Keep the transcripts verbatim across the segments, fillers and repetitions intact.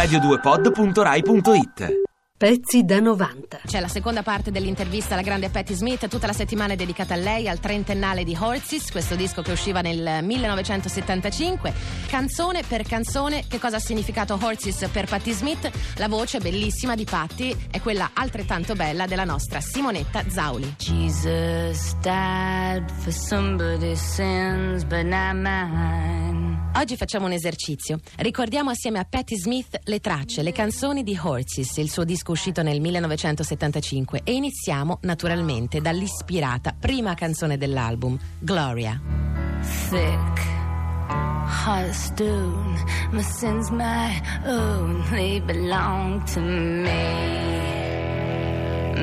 radio due pod punto rai punto it. Pezzi da novanta. C'è la seconda parte dell'intervista alla grande Patti Smith, tutta la settimana è dedicata a lei, al trentennale di Horses, questo disco che usciva nel millenovecentosettantacinque. Canzone per canzone, che cosa ha significato Horses per Patti Smith? La voce bellissima di Patti è quella altrettanto bella della nostra Simonetta Zauli. Jesus died for somebody's sins, but not mine. Oggi facciamo un esercizio. Ricordiamo assieme a Patti Smith le tracce, le canzoni di Horses, il suo disco uscito nel millenovecentosettantacinque, e iniziamo naturalmente dall'ispirata prima canzone dell'album, Gloria. Thick heart stone, my sins my own, they belong to me.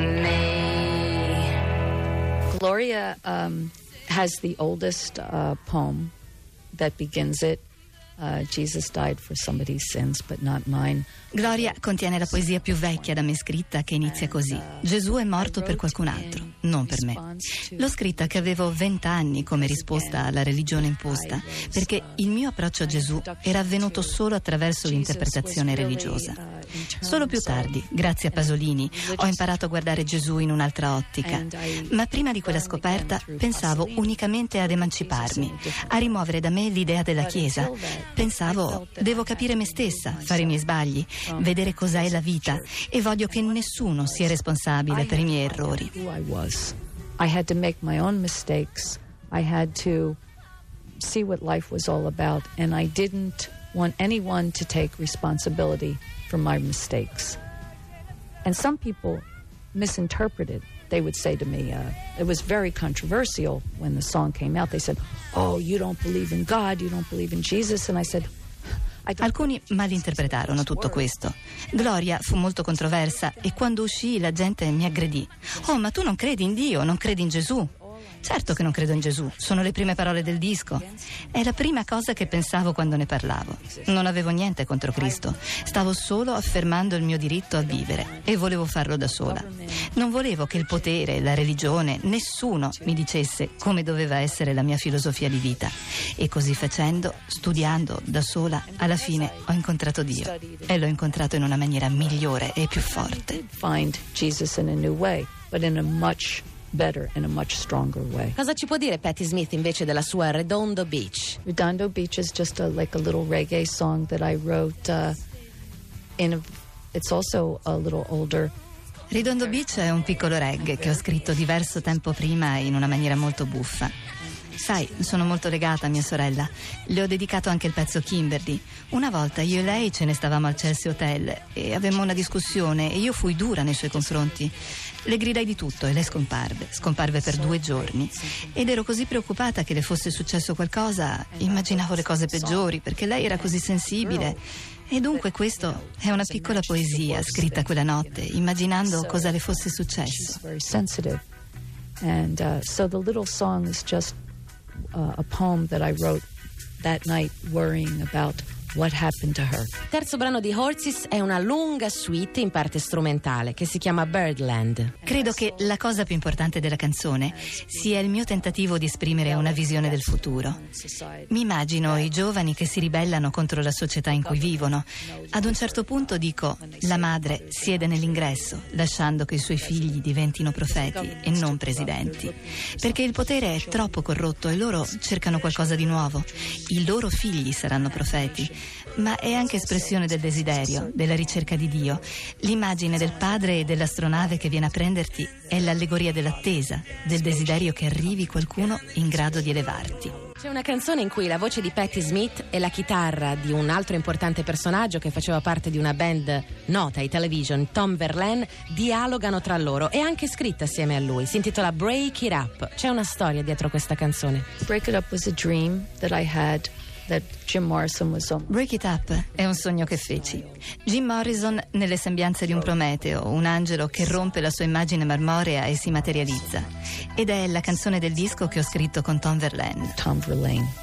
Me. Gloria um, has the oldest uh, poem that begins it. Uh, Jesus died for somebody's sins, but not mine. Gloria contiene la poesia più vecchia da me scritta, che inizia così: Gesù è morto per qualcun altro, non per me. L'ho scritta che avevo vent'anni come risposta alla religione imposta, perché il mio approccio a Gesù era avvenuto solo attraverso l'interpretazione religiosa. Solo più tardi, grazie a Pasolini, ho imparato a guardare Gesù in un'altra ottica. Ma prima di quella scoperta pensavo unicamente ad emanciparmi, a rimuovere da me l'idea della Chiesa. Pensavo, devo capire me stessa, fare i miei sbagli, vedere cos'è la vita, e voglio che nessuno sia responsabile per i miei errori. I had to make my own mistakes. I had to see what life was all about, and I didn't want anyone to take responsibility for my mistakes. And some people misinterpreted. They would say to me, uh, it was very controversial when the song came out. They said, oh, you don't believe in God, you don't believe in Jesus. And I said, I don't. Alcuni malinterpretarono tutto questo. Gloria fu molto controversa e quando uscì la gente mi aggredì. Oh, ma tu non credi in Dio, non credi in Gesù? Certo che non credo in Gesù, sono le prime parole del disco. È la prima cosa che pensavo quando ne parlavo. Non avevo niente contro Cristo, stavo solo affermando il mio diritto a vivere e volevo farlo da sola. Non volevo che il potere, la religione, nessuno mi dicesse come doveva essere la mia filosofia di vita. E così facendo, studiando da sola, alla fine ho incontrato Dio e l'ho incontrato in una maniera migliore e più forte. Find Jesus in a new way, but in a much better and a much stronger way. Cosa ci può dire Patti Smith invece della sua Redondo Beach? Redondo Beach is just a, like a little reggae song that I wrote uh, in a, it's also a little older. Redondo Beach è un piccolo reggae che ho scritto diverso tempo prima in una maniera molto buffa. Sai, sono molto legata a mia sorella. Le ho dedicato anche il pezzo Kimberly. Una volta io e lei ce ne stavamo al Chelsea Hotel e avemmo una discussione e io fui dura nei suoi confronti. Le gridai di tutto e lei scomparve. Scomparve per due giorni. Ed ero così preoccupata che le fosse successo qualcosa. Immaginavo le cose peggiori perché lei era così sensibile. E dunque questo è una piccola poesia scritta quella notte, immaginando cosa le fosse successo. Very sensitive. And uh, so the little song is just Uh, a poem that I wrote that night worrying about what happened to her. Il terzo brano di Horses è una lunga suite in parte strumentale che si chiama Birdland. Credo che la cosa più importante della canzone sia il mio tentativo di esprimere una visione del futuro. Mi immagino i giovani che si ribellano contro la società in cui vivono. Ad un certo punto dico, la madre siede nell'ingresso, lasciando che i suoi figli diventino profeti e non presidenti. Perché il potere è troppo corrotto e loro cercano qualcosa di nuovo. I loro figli saranno profeti. Ma è anche espressione del desiderio, della ricerca di Dio. L'immagine del padre e dell'astronave che viene a prenderti è l'allegoria dell'attesa, del desiderio che arrivi qualcuno in grado di elevarti. C'è una canzone in cui la voce di Patti Smith e la chitarra di un altro importante personaggio che faceva parte di una band nota ai television, Tom Verlaine, dialogano tra loro. È anche scritta assieme a lui. Si intitola Break It Up. C'è una storia dietro questa canzone. Break It Up was a dream that I had. That Jim Morrison was on. Break It Up è un sogno che feci. Jim Morrison nelle sembianze di un Prometeo, un angelo che rompe la sua immagine marmorea e si materializza. Ed è la canzone del disco che ho scritto con Tom Verlaine. Tom Verlaine.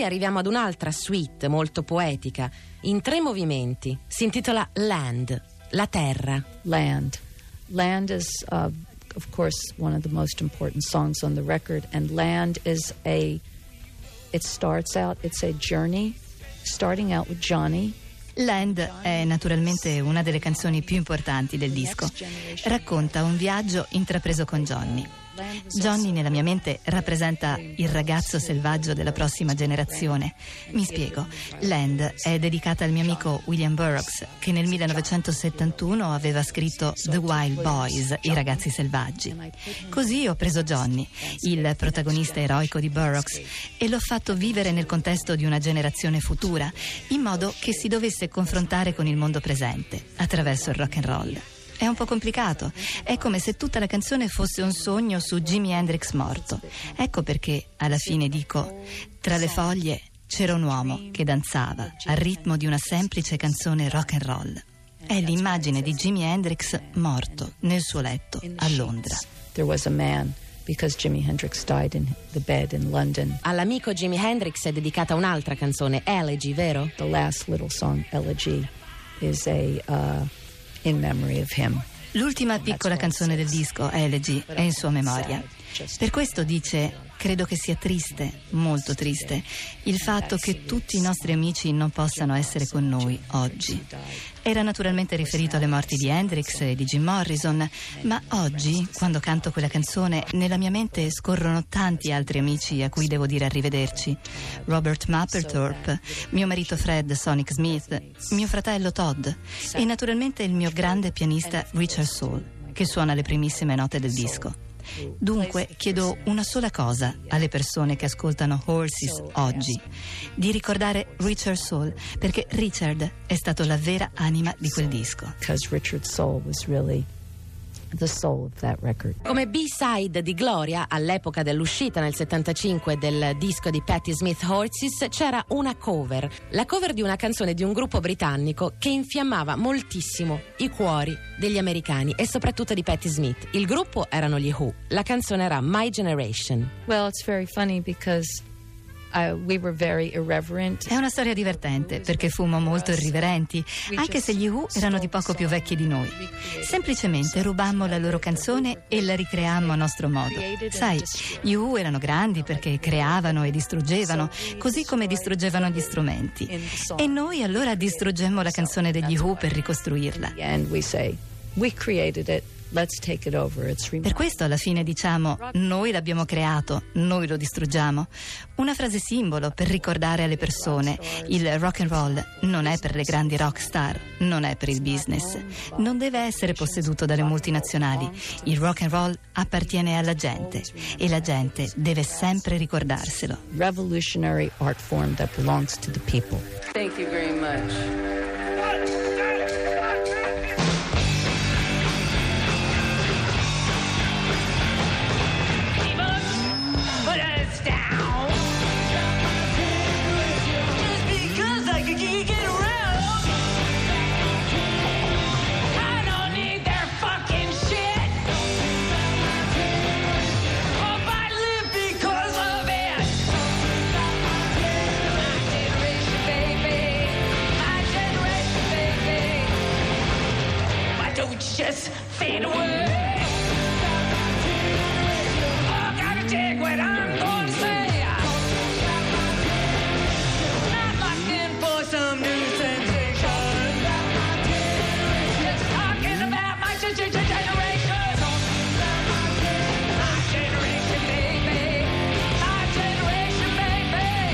poi arriviamo ad un'altra suite molto poetica, in tre movimenti. Si intitola Land, la terra. Land. Land is, uh, of course, one of the most important songs on the record, and Land is a, it starts out, it's a journey, starting out with Johnny. Land è naturalmente una delle canzoni più importanti del disco. Racconta un viaggio intrapreso con Johnny. Johnny nella mia mente rappresenta il ragazzo selvaggio della prossima generazione. Mi spiego. Land è dedicata al mio amico William Burroughs, che nel millenovecentosettantuno aveva scritto The Wild Boys, i ragazzi selvaggi. Così ho preso Johnny, il protagonista eroico di Burroughs, e l'ho fatto vivere nel contesto di una generazione futura, in modo che si dovesse confrontare con il mondo presente, attraverso il rock and roll. È un po' complicato. È come se tutta la canzone fosse un sogno su Jimi Hendrix morto. Ecco perché alla fine dico: tra le foglie c'era un uomo che danzava al ritmo di una semplice canzone rock and roll. È l'immagine di Jimi Hendrix morto nel suo letto a Londra. There was a man, because Jimi Hendrix died in the bed in London. All'amico Jimi Hendrix è dedicata un'altra canzone, Elegy, vero? The last little song, Elegy, is a uh, in memory of him. L'ultima piccola canzone del disco, Elegy, è in sua memoria. Per questo dice: credo che sia triste, molto triste, il fatto che tutti i nostri amici non possano essere con noi oggi. Era naturalmente riferito alle morti di Hendrix e di Jim Morrison, ma oggi, quando canto quella canzone, nella mia mente scorrono tanti altri amici a cui devo dire arrivederci. Robert Mapplethorpe, mio marito Fred Sonic Smith, mio fratello Todd e naturalmente il mio grande pianista Richard Soul, che suona le primissime note del disco. Dunque chiedo una sola cosa alle persone che ascoltano Horses oggi: di ricordare Richard Soul, perché Richard è stato la vera anima di quel disco. Because Richard Soul was really the soul of that record. Come B-side di Gloria, all'epoca dell'uscita nel settantacinque del disco di Patti Smith, Horses, c'era una cover, la cover di una canzone di un gruppo britannico che infiammava moltissimo i cuori degli americani e soprattutto di Patti Smith. Il gruppo erano gli Who, la canzone era My Generation. Well, it's very funny because Uh, we were very irreverent. È una storia divertente perché fummo molto irriverenti, anche se gli Who erano di poco più vecchi di noi. Semplicemente rubammo la loro canzone e la ricreammo a nostro modo. Sai, gli Who erano grandi perché creavano e distruggevano, così come distruggevano gli strumenti. E noi allora distruggemmo la canzone degli Who per ricostruirla. And we say, we created it. Let's take it over. It's per questo alla fine diciamo: noi l'abbiamo creato, noi lo distruggiamo. Una frase simbolo per ricordare alle persone: il rock and roll non è per le grandi rock star, non è per il business, non deve essere posseduto dalle multinazionali. Il rock and roll appartiene alla gente e la gente deve sempre ricordarselo. Revolutionary art form that belongs to the people. Thank you very much. Just fade away. Oh, gotta take what I'm gonna say. Not looking for some new sensation. Just talking about my generation. My generation, baby. My generation, baby.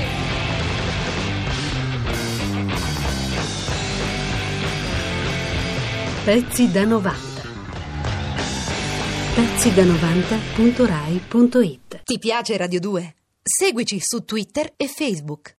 Pezzi da novanta. Pezzi da novanta punto rai punto it. Ti piace Radio due? Seguici su Twitter e Facebook.